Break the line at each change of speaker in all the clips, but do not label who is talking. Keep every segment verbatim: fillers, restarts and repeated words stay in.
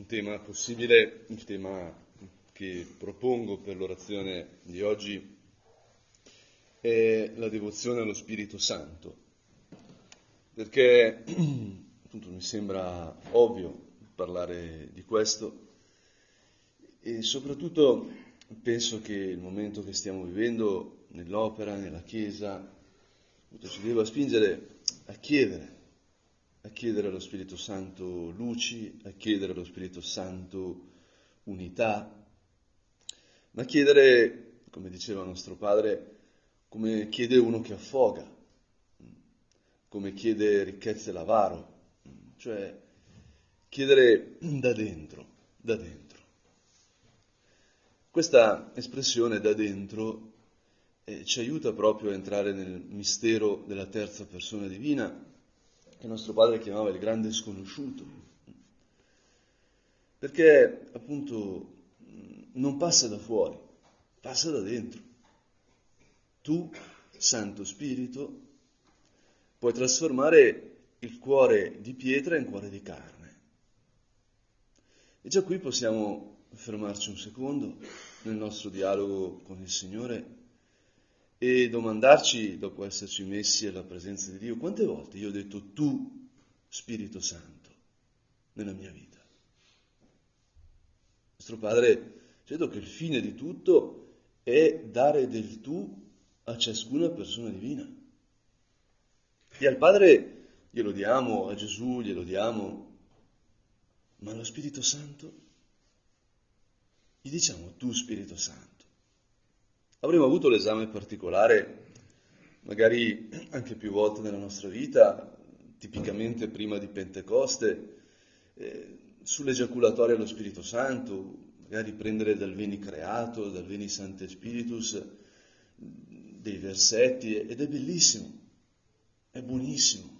tema possibile, il tema che propongo per l'orazione di oggi è la devozione allo Spirito Santo, perché appunto mi sembra ovvio parlare di questo e soprattutto penso che il momento che stiamo vivendo nell'opera, nella Chiesa, ci deve spingere a chiedere, a chiedere allo Spirito Santo luci, a chiedere allo Spirito Santo unità, ma chiedere, come diceva nostro Padre, come chiede uno che affoga, come chiede ricchezze l'avaro, cioè chiedere da dentro, da dentro. Questa espressione da dentro eh, ci aiuta proprio a entrare nel mistero della terza persona divina, che nostro Padre chiamava il grande sconosciuto, perché appunto non passa da fuori, passa da dentro. Tu, Santo Spirito, puoi trasformare il cuore di pietra in cuore di carne. E già qui possiamo fermarci un secondo nel nostro dialogo con il Signore e domandarci, dopo esserci messi alla presenza di Dio, quante volte io ho detto tu, Spirito Santo, nella mia vita. Nostro Padre, credo che il fine di tutto è dare del tu a ciascuna persona divina. E al Padre glielo diamo, a Gesù glielo diamo, ma allo Spirito Santo gli diciamo tu, Spirito Santo. Avremo avuto l'esame particolare, magari anche più volte nella nostra vita, tipicamente prima di Pentecoste, eh, sull'egiaculatorio allo Spirito Santo, magari prendere dal Veni Creato, dal Veni Sancte Spiritus, dei versetti, ed è bellissimo, è buonissimo.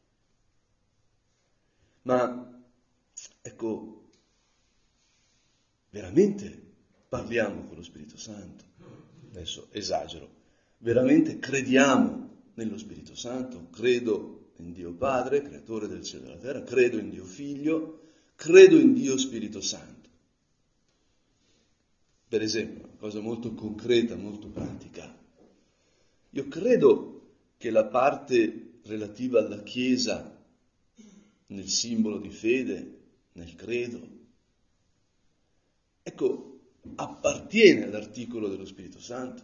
Ma, ecco, veramente parliamo con lo Spirito Santo? Adesso esagero, veramente crediamo nello Spirito Santo, credo in Dio Padre, creatore del cielo e della terra, credo in Dio Figlio, credo in Dio Spirito Santo. Per esempio, una cosa molto concreta, molto pratica. Io credo che la parte relativa alla Chiesa, nel simbolo di fede, nel credo, ecco, appartiene all'articolo dello Spirito Santo.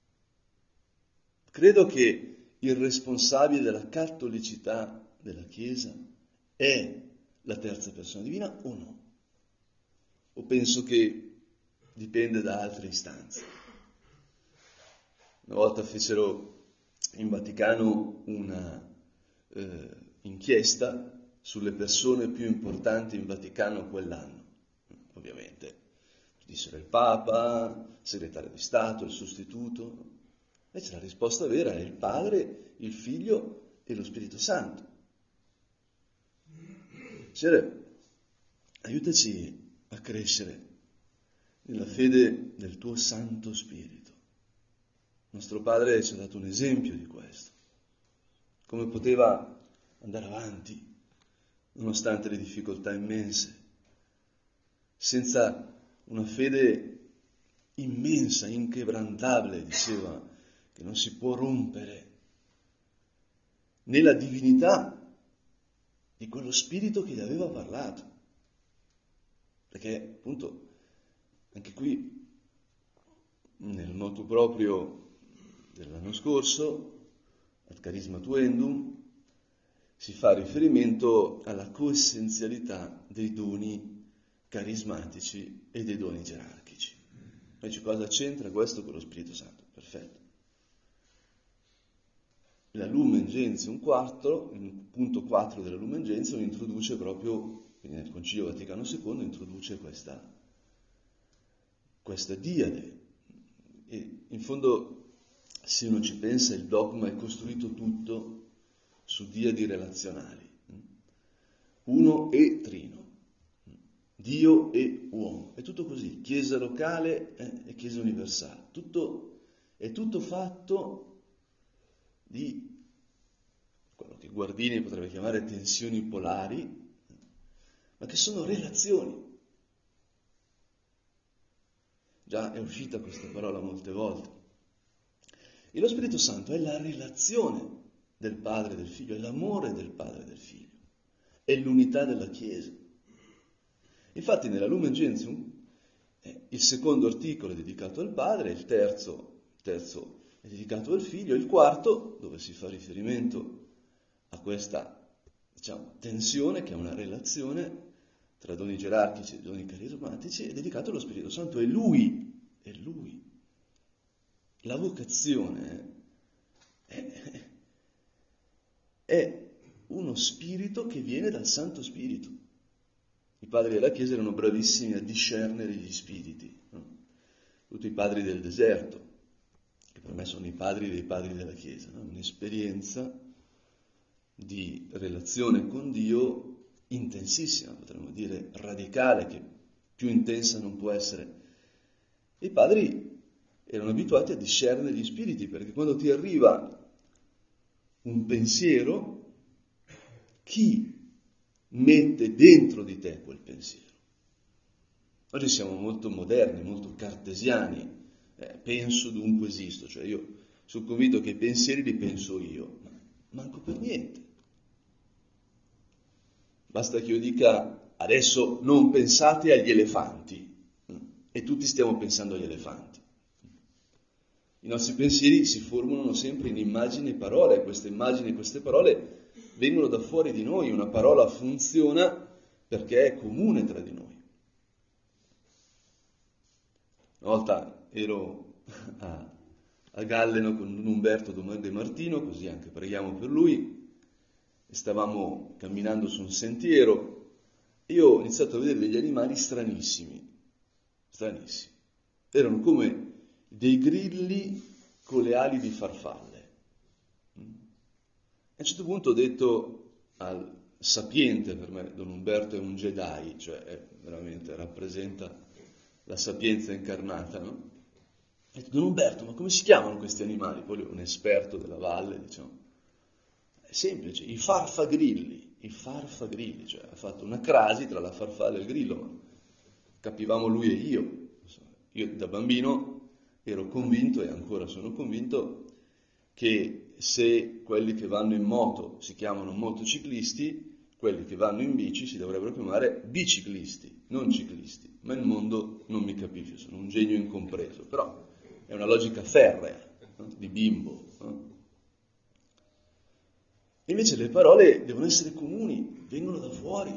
Credo che il responsabile della cattolicità della Chiesa è la terza persona divina o no? O penso che dipende da altre istanze? Una volta fecero in Vaticano una eh, inchiesta sulle persone più importanti in Vaticano quell'anno, ovviamente. Dissero il Papa, il segretario di Stato, il sostituto. Invece la risposta vera è il Padre, il Figlio e lo Spirito Santo. Signore, aiutaci a crescere nella fede del tuo Santo Spirito. Nostro Padre ci ha dato un esempio di questo. Come poteva andare avanti, nonostante le difficoltà immense, senza una fede immensa, inquebrantabile, diceva, che non si può rompere, nella divinità di quello Spirito che gli aveva parlato. Perché, appunto, anche qui, nel motu proprio dell'anno scorso, al Charisma Tuendum, si fa riferimento alla coessenzialità dei doni carismatici e dei doni gerarchici. Invece cosa c'entra questo con lo Spirito Santo? Perfetto. La Lumen Gentium quattro, il punto quattro della Lumen Gentium, introduce proprio, quindi nel Concilio Vaticano secondo, introduce questa, questa diade. E in fondo, se uno ci pensa, il dogma è costruito tutto su diadi relazionali. Uno e trino. Dio e uomo, è tutto così, Chiesa locale eh, e Chiesa universale, tutto, è tutto fatto di quello che Guardini potrebbe chiamare tensioni polari, ma che sono relazioni, Già è uscita questa parola molte volte. E lo Spirito Santo è la relazione del Padre e del Figlio, è l'amore del Padre e del Figlio, è l'unità della Chiesa. Infatti nella Lumen Gentium eh, il secondo articolo è dedicato al Padre, il terzo, il terzo è dedicato al Figlio, il quarto, dove si fa riferimento a questa, diciamo, tensione che è una relazione tra doni gerarchici e doni carismatici, è dedicato allo Spirito Santo, è Lui, è Lui. La vocazione è, è uno spirito che viene dal Santo Spirito. I padri della Chiesa erano bravissimi a discernere gli spiriti, no? Tutti i padri del deserto, che per me sono i padri dei padri della Chiesa, no? Un'esperienza di relazione con Dio intensissima, potremmo dire radicale, che più intensa non può essere. I padri erano abituati a discernere gli spiriti, perché quando ti arriva un pensiero, chi mette dentro di te quel pensiero? Oggi siamo molto moderni, molto cartesiani, eh, penso dunque esisto, cioè io sono convinto che i pensieri li penso io, ma manco per niente. Basta che io dica adesso non pensate agli elefanti, e tutti stiamo pensando agli elefanti. I nostri pensieri si formulano sempre in immagini e parole, queste immagini e queste parole vengono da fuori di noi, una parola funziona perché è comune tra di noi. Una volta ero a, a Galleno con Umberto De Martino, così anche preghiamo per lui, e stavamo camminando su un sentiero e io ho iniziato a vedere degli animali stranissimi, stranissimi. Erano come dei grilli con le ali di farfalle. A un certo punto ho detto al sapiente, per me Don Umberto è un Jedi, cioè è, veramente rappresenta la sapienza incarnata, no? Ho detto, Don Umberto, ma come si chiamano questi animali? Poi lui è un esperto della valle, diciamo. È semplice, i farfagrilli, i farfagrilli, cioè ha fatto una crasi tra la farfalla e il grillo, ma capivamo lui e io. Io da bambino ero convinto, e ancora sono convinto, che se quelli che vanno in moto si chiamano motociclisti, quelli che vanno in bici si dovrebbero chiamare biciclisti, non ciclisti. Ma il mondo non mi capisce, sono un genio incompreso, però è una logica ferrea, no? Di bimbo. No? Invece le parole devono essere comuni, vengono da fuori.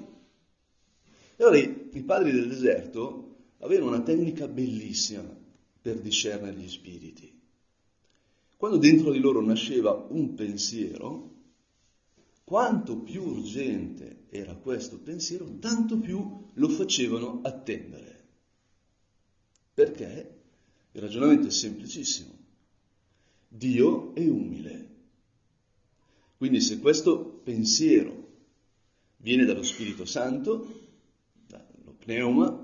E allora i, i padri del deserto avevano una tecnica bellissima per discernere gli spiriti. Quando dentro di loro nasceva un pensiero, quanto più urgente era questo pensiero, tanto più lo facevano attendere. Perché? Il ragionamento è semplicissimo. Dio è umile. Quindi se questo pensiero viene dallo Spirito Santo, dallo pneuma,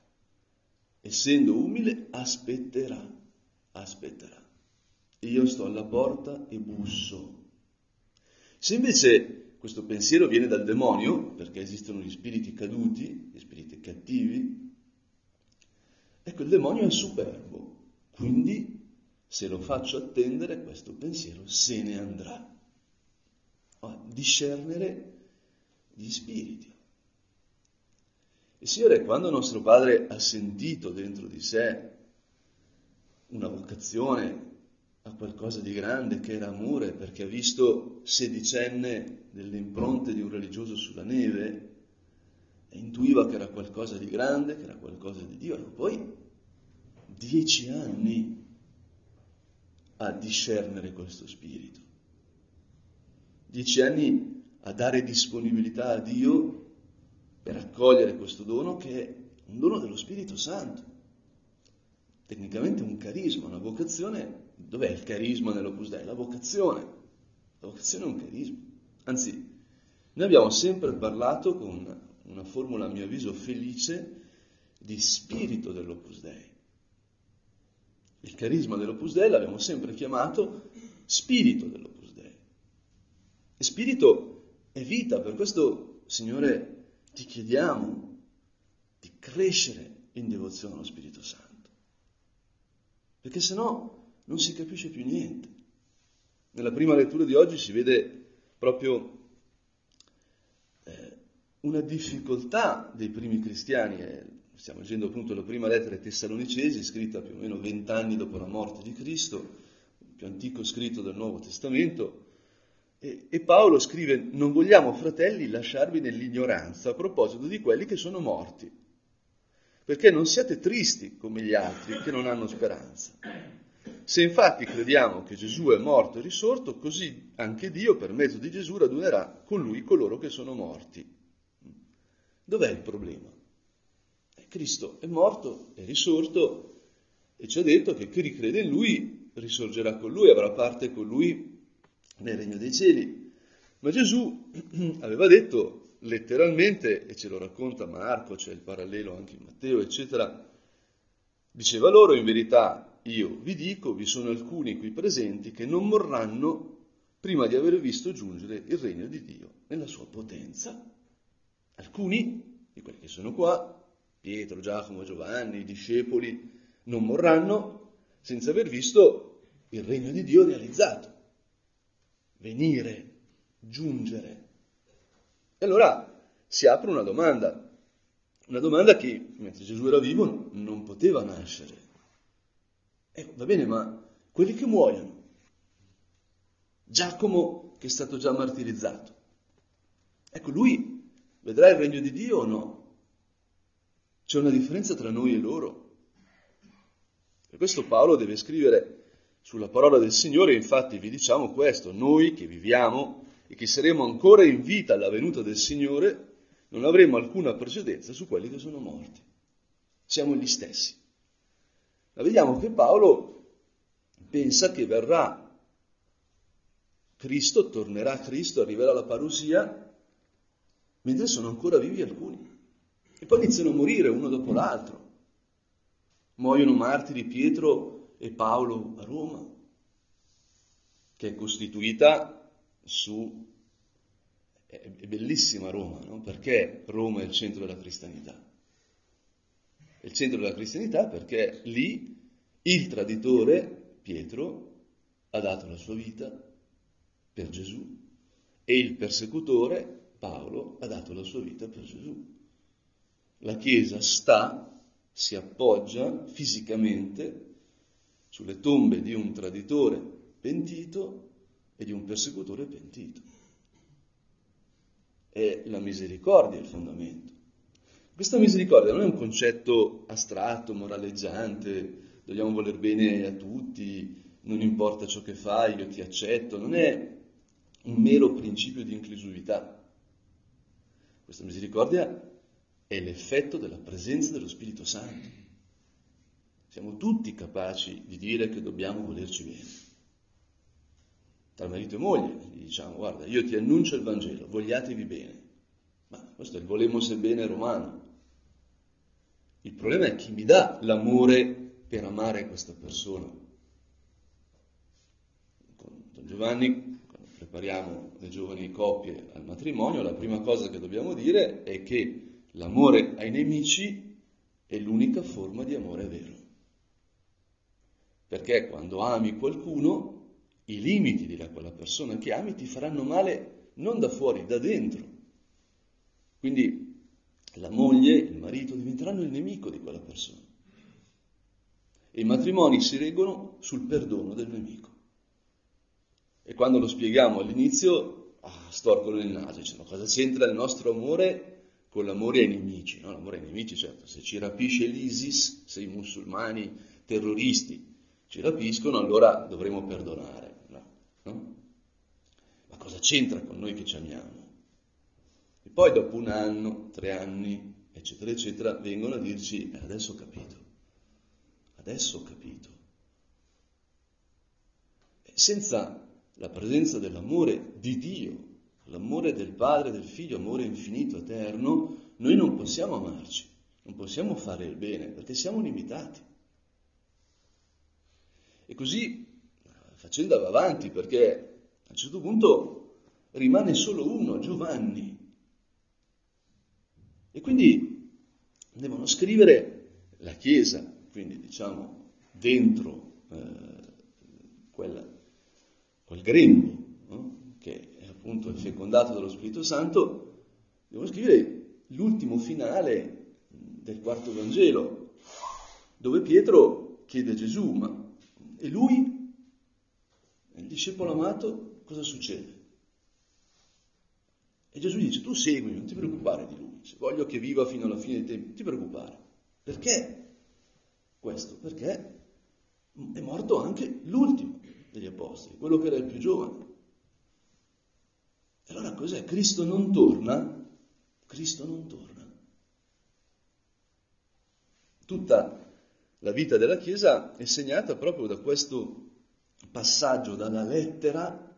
essendo umile, aspetterà, aspetterà. Io sto alla porta e busso. Se invece questo pensiero viene dal demonio, perché esistono gli spiriti caduti, gli spiriti cattivi, ecco, il demonio è superbo, quindi se lo faccio attendere, questo pensiero se ne andrà. A discernere gli spiriti. Il Signore, quando nostro Padre ha sentito dentro di sé una vocazione a qualcosa di grande che era amore, perché ha visto sedicenne delle impronte di un religioso sulla neve e intuiva che era qualcosa di grande, che era qualcosa di Dio, e poi dieci anni a discernere questo spirito. Dieci anni a dare disponibilità a Dio per accogliere questo dono che è un dono dello Spirito Santo. Tecnicamente un carisma, una vocazione. Dov'è il carisma nell'Opus Dei? La vocazione. La vocazione è un carisma. Anzi, noi abbiamo sempre parlato con una formula, a mio avviso, felice di spirito dell'Opus Dei. Il carisma dell'Opus Dei l'abbiamo sempre chiamato spirito dell'Opus Dei. E spirito è vita, per questo, Signore, ti chiediamo di crescere in devozione allo Spirito Santo. perché sennò non si capisce più niente. Nella prima lettura di oggi si vede proprio eh, una difficoltà dei primi cristiani. Eh, stiamo leggendo appunto la prima lettera ai Tessalonicesi, scritta più o meno vent'anni dopo la morte di Cristo, il più antico scritto del Nuovo Testamento. E, e Paolo scrive: non vogliamo, fratelli, lasciarvi nell'ignoranza a proposito di quelli che sono morti, perché non siate tristi come gli altri che non hanno speranza. Se infatti crediamo che Gesù è morto e risorto, così anche Dio per mezzo di Gesù radunerà con lui coloro che sono morti. Dov'è il problema? Cristo è morto, è risorto e ci ha detto che chi ricrede in lui risorgerà con lui, avrà parte con lui nel regno dei cieli. Ma Gesù aveva detto letteralmente, e ce lo racconta Marco, c'è il parallelo anche in Matteo, eccetera, diceva loro: in verità io vi dico, vi sono alcuni qui presenti che non morranno prima di aver visto giungere il regno di Dio nella sua potenza. Alcuni di quelli che sono qua, Pietro, Giacomo, Giovanni, i discepoli, non morranno senza aver visto il regno di Dio realizzato, venire, giungere. E allora si apre una domanda, una domanda che mentre Gesù era vivo non poteva nascere. Ecco, va bene, ma quelli che muoiono, Giacomo che è stato già martirizzato, ecco, lui vedrà il regno di Dio o no? C'è una differenza tra noi e loro. Per questo Paolo deve scrivere sulla parola del Signore. Infatti vi diciamo questo: noi che viviamo e che saremo ancora in vita alla venuta del Signore non avremo alcuna precedenza su quelli che sono morti. Siamo gli stessi. Ma vediamo che Paolo pensa che verrà Cristo, tornerà Cristo, arriverà la parousia, mentre sono ancora vivi alcuni. E poi iniziano a morire uno dopo l'altro. Muoiono martiri Pietro e Paolo a Roma, che è costituita su... è bellissima Roma, no? Perché Roma è il centro della cristianità? È il centro della cristianità perché lì il traditore, Pietro, ha dato la sua vita per Gesù e il persecutore, Paolo, ha dato la sua vita per Gesù. La Chiesa sta, si appoggia fisicamente sulle tombe di un traditore pentito e di un persecutore pentito. È la misericordia il fondamento. Questa misericordia non è un concetto astratto, moraleggiante, dobbiamo voler bene a tutti, non importa ciò che fai, io ti accetto, non è un mero principio di inclusività. Questa misericordia è l'effetto della presenza dello Spirito Santo. Siamo tutti capaci di dire che dobbiamo volerci bene. Tra marito e moglie gli diciamo: guarda, io ti annuncio il Vangelo, vogliatevi bene. Ma questo è il volemos bene romano. Il problema è chi mi dà l'amore per amare questa persona. Con Don Giovanni, quando prepariamo le giovani coppie al matrimonio, la prima cosa che dobbiamo dire è che l'amore ai nemici è l'unica forma di amore vero. Perché quando ami qualcuno, i limiti di quella persona che ami ti faranno male non da fuori, da dentro. Quindi la moglie, il marito diventeranno il nemico di quella persona. E i matrimoni si reggono sul perdono del nemico. E quando lo spieghiamo all'inizio, ah, storcono il naso, dicono: cosa c'entra il nostro amore con l'amore ai nemici? No, l'amore ai nemici, certo, se ci rapisce l'ISIS, se i musulmani terroristi ci rapiscono, allora dovremo perdonare, no? No? Ma cosa c'entra con noi che ci amiamo? E poi dopo un anno, tre anni, eccetera, eccetera, vengono a dirci: eh, adesso ho capito, adesso ho capito. E senza la presenza dell'amore di Dio, l'amore del Padre, del Figlio, amore infinito, eterno, noi non possiamo amarci, non possiamo fare il bene, perché siamo limitati. E così la faccenda va avanti, perché a un certo punto rimane solo uno, Giovanni. E quindi devono scrivere la Chiesa, quindi diciamo dentro eh, quel, quel grembo, no? Che è appunto fecondato dallo Spirito Santo, devono scrivere l'ultimo finale del quarto Vangelo, dove Pietro chiede a Gesù, ma e lui, il discepolo amato, cosa succede? E Gesù dice, tu seguimi, non ti preoccupare di lui, se voglio che viva fino alla fine dei tempi, non ti preoccupare. Perché questo? Perché è morto anche l'ultimo degli apostoli, quello che era il più giovane. E allora cos'è? Cristo non torna? Cristo non torna. Tutta la vita della Chiesa è segnata proprio da questo passaggio dalla lettera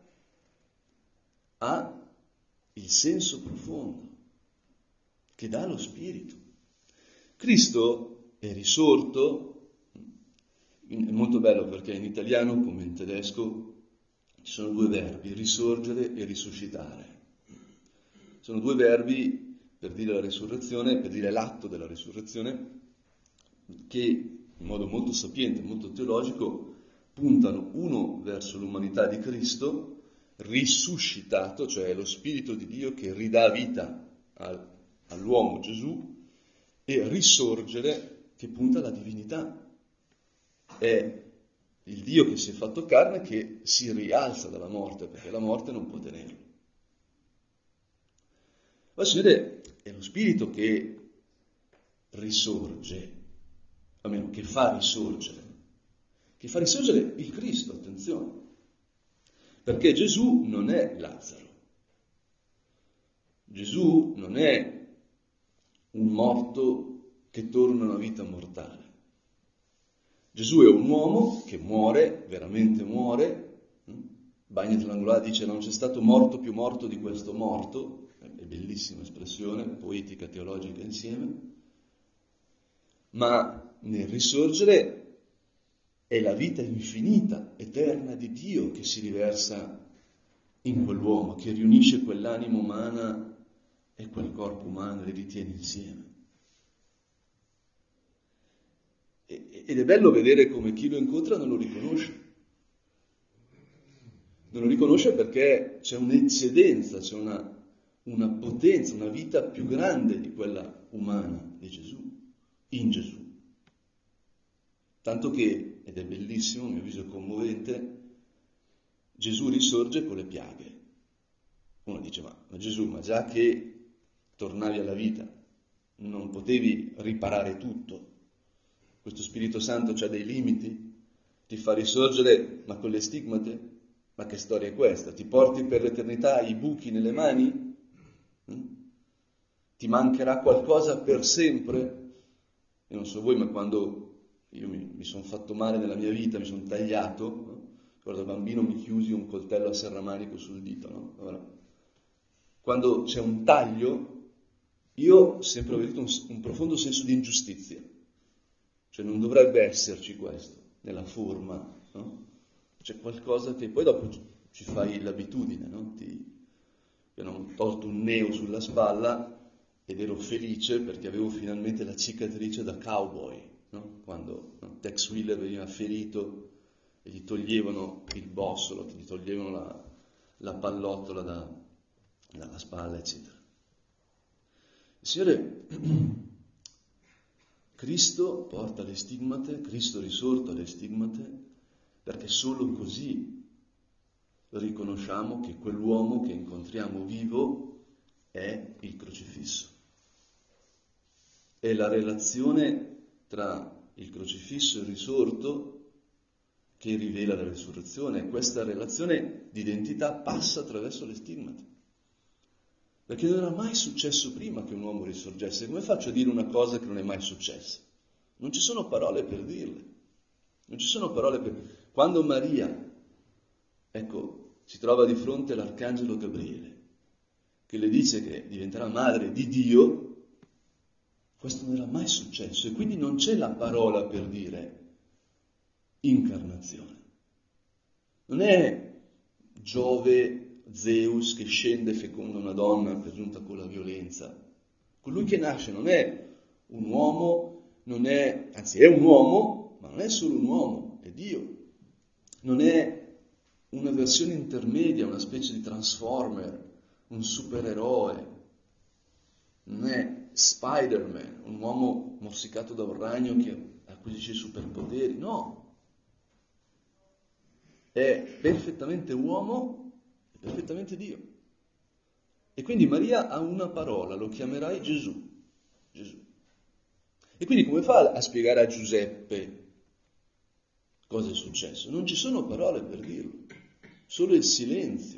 a il senso profondo che dà lo Spirito. Cristo è risorto, è molto bello perché in italiano come in tedesco ci sono due verbi, risorgere e risuscitare. Sono due verbi per dire la risurrezione, per dire l'atto della risurrezione, che in modo molto sapiente, molto teologico, puntano uno verso l'umanità di Cristo, risuscitato, cioè lo Spirito di Dio che ridà vita al, all'uomo Gesù, e risorgere che punta alla divinità. È il Dio che si è fatto carne che si rialza dalla morte, perché la morte non può tenerlo. Ma Signore è lo Spirito che risorge, almeno che fa risorgere, che fa risorgere il Cristo, attenzione. Perché Gesù non è Lazzaro, Gesù non è un morto che torna a una vita mortale. Gesù è un uomo che muore, veramente muore. Bagni dell'Angolare dice non c'è stato morto più morto di questo morto, è bellissima espressione, poetica, teologica insieme, ma nel risorgere è la vita infinita, eterna di Dio che si riversa in quell'uomo, che riunisce quell'anima umana e quel corpo umano e li ritiene insieme. E, ed è bello vedere come chi lo incontra non lo riconosce. Non lo riconosce perché c'è un'eccedenza, c'è una, una potenza, una vita più grande di quella umana di Gesù, in Gesù. Tanto che, ed è bellissimo, a mio avviso commovente, Gesù risorge con le piaghe. Uno dice, ma, ma Gesù, ma già che tornavi alla vita, non potevi riparare tutto? Questo Spirito Santo c'ha dei limiti? Ti fa risorgere, ma con le stigmate? Ma che storia è questa? Ti porti per l'eternità i buchi nelle mani? Ti mancherà qualcosa per sempre? Io non so voi, ma quando io mi, mi sono fatto male nella mia vita, mi sono tagliato, no? Quando da bambino mi chiusi un coltello a serramanico sul dito, no? Allora, quando c'è un taglio, io ho sempre avuto un, un profondo senso di ingiustizia. Cioè non dovrebbe esserci questo, nella forma, no? C'è qualcosa che poi dopo ci fai l'abitudine, no? Ti, io ho tolto un neo sulla spalla ed ero felice perché avevo finalmente la cicatrice da cowboy, no? Quando no? Tex Willer veniva ferito e gli toglievano il bossolo, gli toglievano la, la pallottola da, dalla spalla, eccetera. Il Signore, Cristo porta le stigmate, Cristo risorto alle stigmate, perché solo così riconosciamo che quell'uomo che incontriamo vivo è il crocifisso. È la relazione tra il crocifisso e il risorto che rivela la risurrezione. Questa relazione di identità passa attraverso le stigmate. Perché non era mai successo prima che un uomo risorgesse. Come faccio a dire una cosa che non è mai successa? Non ci sono parole per dirle. Non ci sono parole per... Quando Maria, ecco, si trova di fronte all'Arcangelo Gabriele, che le dice che diventerà madre di Dio, questo non era mai successo. E quindi non c'è la parola per dire incarnazione. Non è Giove, Zeus che scende e feconda una donna per giunta con la violenza. Colui che nasce non è un uomo, non è, anzi è un uomo, ma non è solo un uomo, è Dio. non è una versione intermedia, una specie di Transformer, un supereroe, non è Spider-Man, un uomo morsicato da un ragno che acquisisce superpoteri, no. È perfettamente uomo e perfettamente Dio. E quindi Maria ha una parola, lo chiamerai Gesù. Gesù. E quindi come fa a spiegare a Giuseppe cosa è successo? Non ci sono parole per dirlo, solo il silenzio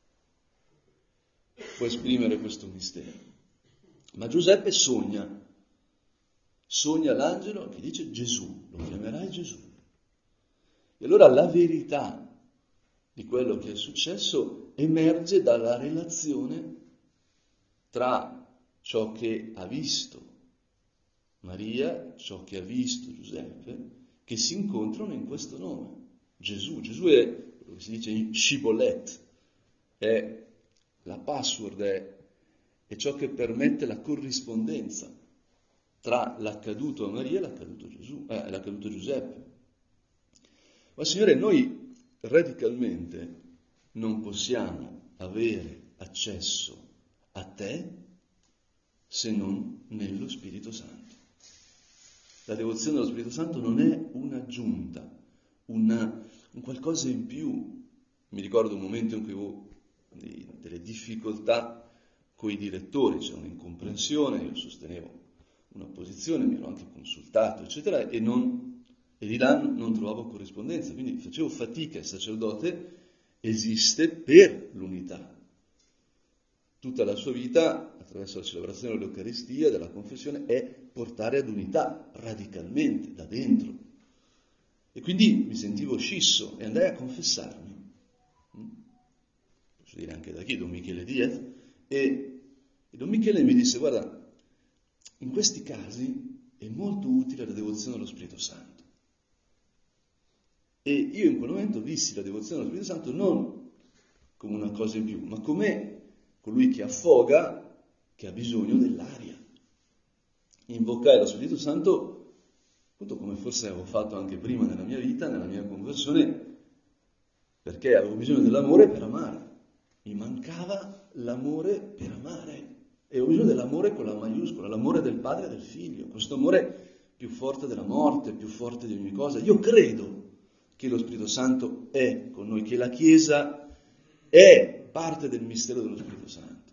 può esprimere questo mistero. Ma Giuseppe sogna, sogna l'angelo che dice Gesù, lo chiamerai Gesù. E allora la verità di quello che è successo emerge dalla relazione tra ciò che ha visto Maria, ciò che ha visto Giuseppe, che si incontrano in questo nome, Gesù. Gesù è quello che si dice in Shibboleth, è la password, è, è ciò che permette la corrispondenza tra l'accaduto a Maria e l'accaduto, Gesù, eh, l'accaduto Giuseppe. Ma Signore, noi radicalmente non possiamo avere accesso a Te se non nello Spirito Santo. La devozione allo Spirito Santo non è un'aggiunta, una, un qualcosa in più. Mi ricordo un momento in cui avevo delle difficoltà con i direttori, c'era un'incomprensione, io sostenevo una posizione, mi ero anche consultato, eccetera, e, non, e di là non trovavo corrispondenza, quindi facevo fatica. Il sacerdote esiste per l'unità. Tutta la sua vita, attraverso la celebrazione dell'Eucaristia, della confessione, è portare ad unità radicalmente, da dentro. E quindi mi sentivo scisso e andai a confessarmi. Posso dire anche da chi? Don Michele Diaz. E, e Don Michele mi disse, guarda, in questi casi è molto utile la devozione allo Spirito Santo. E io in quel momento vissi la devozione allo Spirito Santo non come una cosa in più, ma come colui che affoga, che ha bisogno dell'aria. Invocai lo Spirito Santo, appunto come forse avevo fatto anche prima nella mia vita, nella mia conversione, perché avevo bisogno dell'amore per amare. Mi mancava l'amore per amare. E avevo bisogno dell'amore con la maiuscola, l'amore del padre e del figlio, questo amore più forte della morte, più forte di ogni cosa. Io credo che lo Spirito Santo è con noi, che la Chiesa è parte del mistero dello Spirito Santo.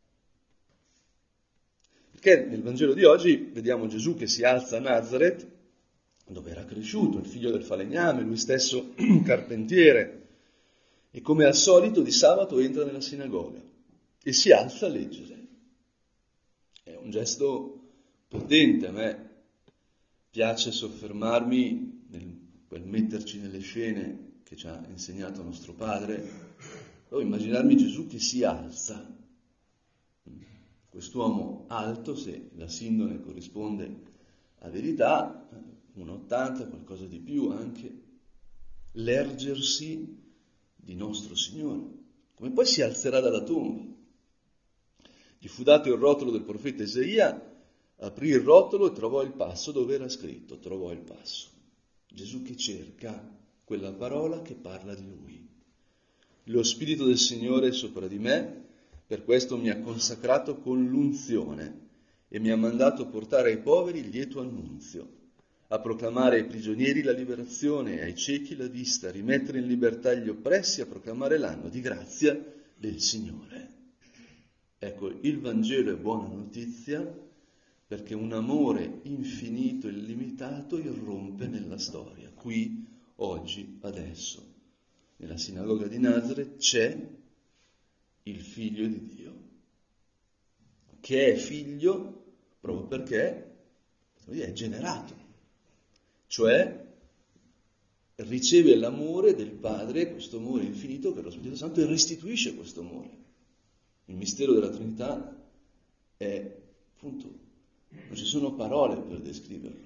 Perché nel Vangelo di oggi vediamo Gesù che si alza a Nazareth, dove era cresciuto, il figlio del falegname, lui stesso carpentiere, e come al solito di sabato entra nella sinagoga e si alza a leggere. È un gesto potente, a me piace soffermarmi nel quel metterci nelle scene che ci ha insegnato nostro padre, o immaginarmi Gesù che si alza. Quest'uomo alto, se la sindone corrisponde a verità, uno e ottanta, qualcosa di più anche, l'ergersi di nostro Signore. Come poi si alzerà dalla tomba? Gli fu dato il rotolo del profeta Isaia, aprì il rotolo e trovò il passo dove era scritto, trovò il passo. Gesù che cerca quella parola che parla di Lui. Lo Spirito del Signore è sopra di me, per questo mi ha consacrato con l'unzione e mi ha mandato portare ai poveri il lieto annunzio, a proclamare ai prigionieri la liberazione, ai ciechi la vista, a rimettere in libertà gli oppressi, a proclamare l'anno di grazia del Signore. Ecco, il Vangelo è buona notizia perché un amore infinito e illimitato irrompe nella storia. Qui, oggi, adesso, nella sinagoga di Nazareth c'è il Figlio di Dio, che è figlio proprio perché è generato, cioè riceve l'amore del Padre, questo amore infinito che è lo Spirito Santo, e restituisce questo amore. Il mistero della Trinità è, appunto, non ci sono parole per descriverlo,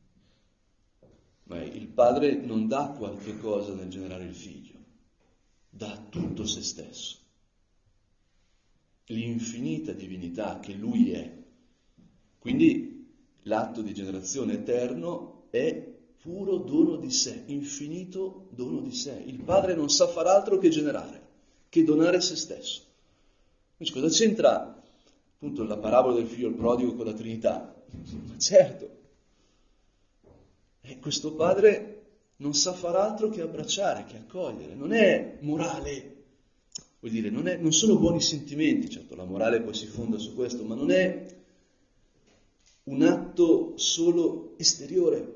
ma il Padre non dà qualche cosa nel generare il Figlio, dà tutto se stesso. L'infinita divinità che Lui è. Quindi l'atto di generazione eterno è puro dono di sé, infinito dono di sé. Il Padre non sa far altro che generare, che donare se stesso. Invece cosa c'entra appunto la parabola del figlio prodigo con la Trinità? Ma certo, e questo Padre non sa far altro che abbracciare, che accogliere. Non è morale, vuol dire, non, è, non sono buoni sentimenti, certo la morale poi si fonda su questo, ma non è un atto solo esteriore.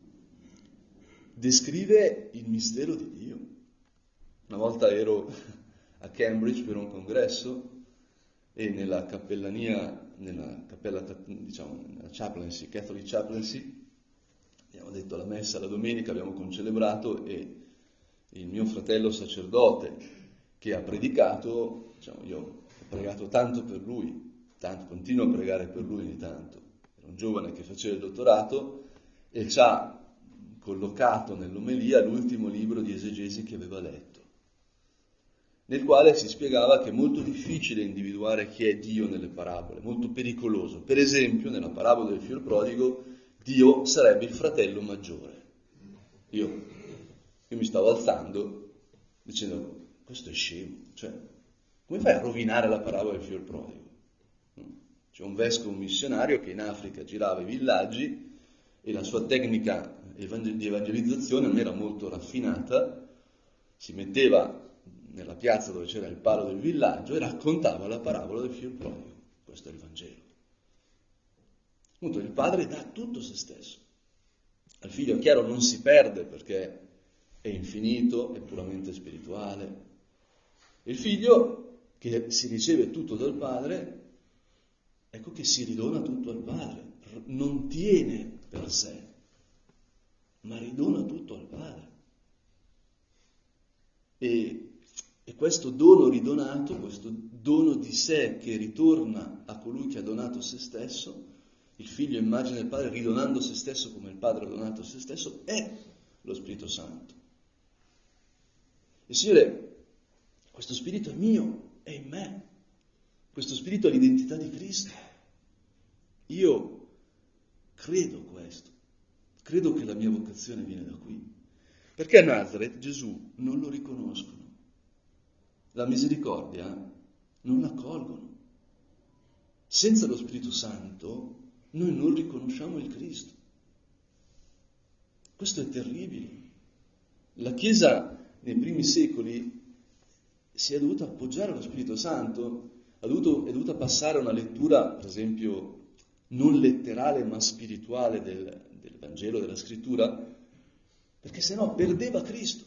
Descrive il mistero di Dio. Una volta ero a Cambridge per un congresso e nella cappellania, nella cappella, diciamo, nella chaplaincy, Catholic chaplaincy, abbiamo detto la messa la domenica, abbiamo concelebrato e il mio fratello sacerdote che ha predicato, diciamo, io ho pregato tanto per lui, tanto, continuo a pregare per lui ogni tanto. Era un giovane che faceva il dottorato e ci ha collocato nell'omelia l'ultimo libro di esegesi che aveva letto, nel quale si spiegava che è molto difficile individuare chi è Dio nelle parabole, molto pericoloso. Per esempio, nella parabola del figlio prodigo, Dio sarebbe il fratello maggiore. Io, io mi stavo alzando dicendo, questo è scemo, cioè, come fai a rovinare la parabola del figlio prodigo? C'è un vescovo missionario che in Africa girava i villaggi e la sua tecnica di evangelizzazione non era molto raffinata, si metteva nella piazza dove c'era il palo del villaggio e raccontava la parabola del figlio prodigo. Questo è il Vangelo. Appunto, il padre dà tutto se stesso. Al figlio, chiaro, non si perde perché è infinito, è puramente spirituale. Il figlio, che si riceve tutto dal padre, ecco che si ridona tutto al padre. Non tiene per sé, ma ridona tutto al padre. E, e questo dono ridonato, questo dono di sé che ritorna a colui che ha donato se stesso, il figlio immagina il padre ridonando se stesso come il padre ha donato se stesso, è lo Spirito Santo. E Signore, questo Spirito è mio, è in me, questo Spirito ha l'identità di Cristo. Io credo questo, credo che la mia vocazione viene da qui. Perché a Nazareth Gesù non lo riconoscono, la misericordia non la colgono. Senza lo Spirito Santo noi non riconosciamo il Cristo. Questo è terribile. La Chiesa nei primi secoli si è dovuta appoggiare allo Spirito Santo, ha dovuto, è dovuta passare una lettura, per esempio, non letterale ma spirituale del, del Vangelo, della Scrittura, perché sennò perdeva Cristo.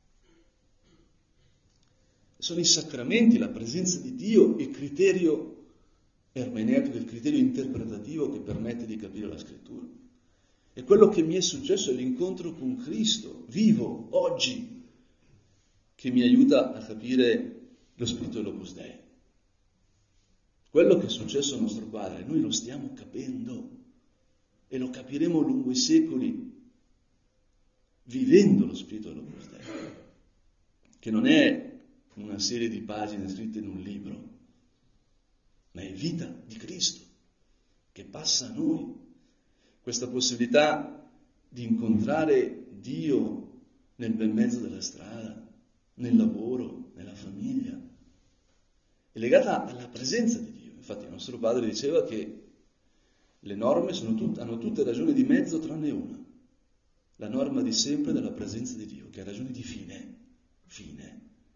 Sono i sacramenti, la presenza di Dio, il criterio ermeneutico, il criterio interpretativo che permette di capire la Scrittura. E quello che mi è successo è l'incontro con Cristo, vivo, oggi, che mi aiuta a capire lo spirito dell'Opus Dei. Quello che è successo al nostro Padre, noi lo stiamo capendo e lo capiremo lungo i secoli, vivendo lo spirito dell'Opus Dei, che non è una serie di pagine scritte in un libro, ma è vita di Cristo che passa a noi. Questa possibilità di incontrare Dio nel bel mezzo della strada, nel lavoro, nella famiglia, è legata alla presenza di Dio. Infatti il nostro Padre diceva che le norme sono tut- hanno tutte ragione di mezzo tranne una, la norma di sempre della presenza di Dio, che ha ragione di fine, fine.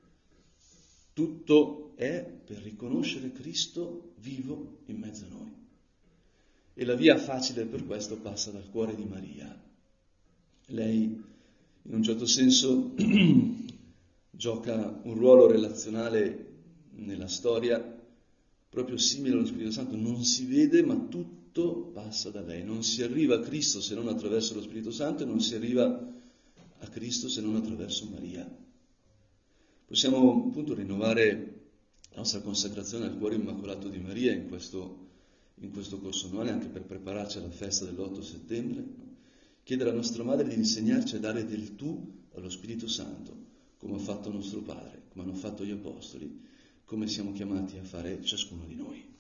Tutto è per riconoscere Cristo vivo in mezzo a noi. E la via facile per questo passa dal cuore di Maria. Lei, in un certo senso, gioca un ruolo relazionale nella storia proprio simile allo Spirito Santo. Non si vede, ma tutto passa da lei. Non si arriva a Cristo se non attraverso lo Spirito Santo e non si arriva a Cristo se non attraverso Maria. Possiamo appunto rinnovare la nostra consacrazione al cuore immacolato di Maria in questo, in questo corso annuale, anche per prepararci alla festa dell'otto settembre, no? Chiedere alla nostra Madre di insegnarci a dare del tu allo Spirito Santo, come ha fatto nostro Padre, come hanno fatto gli Apostoli, come siamo chiamati a fare ciascuno di noi.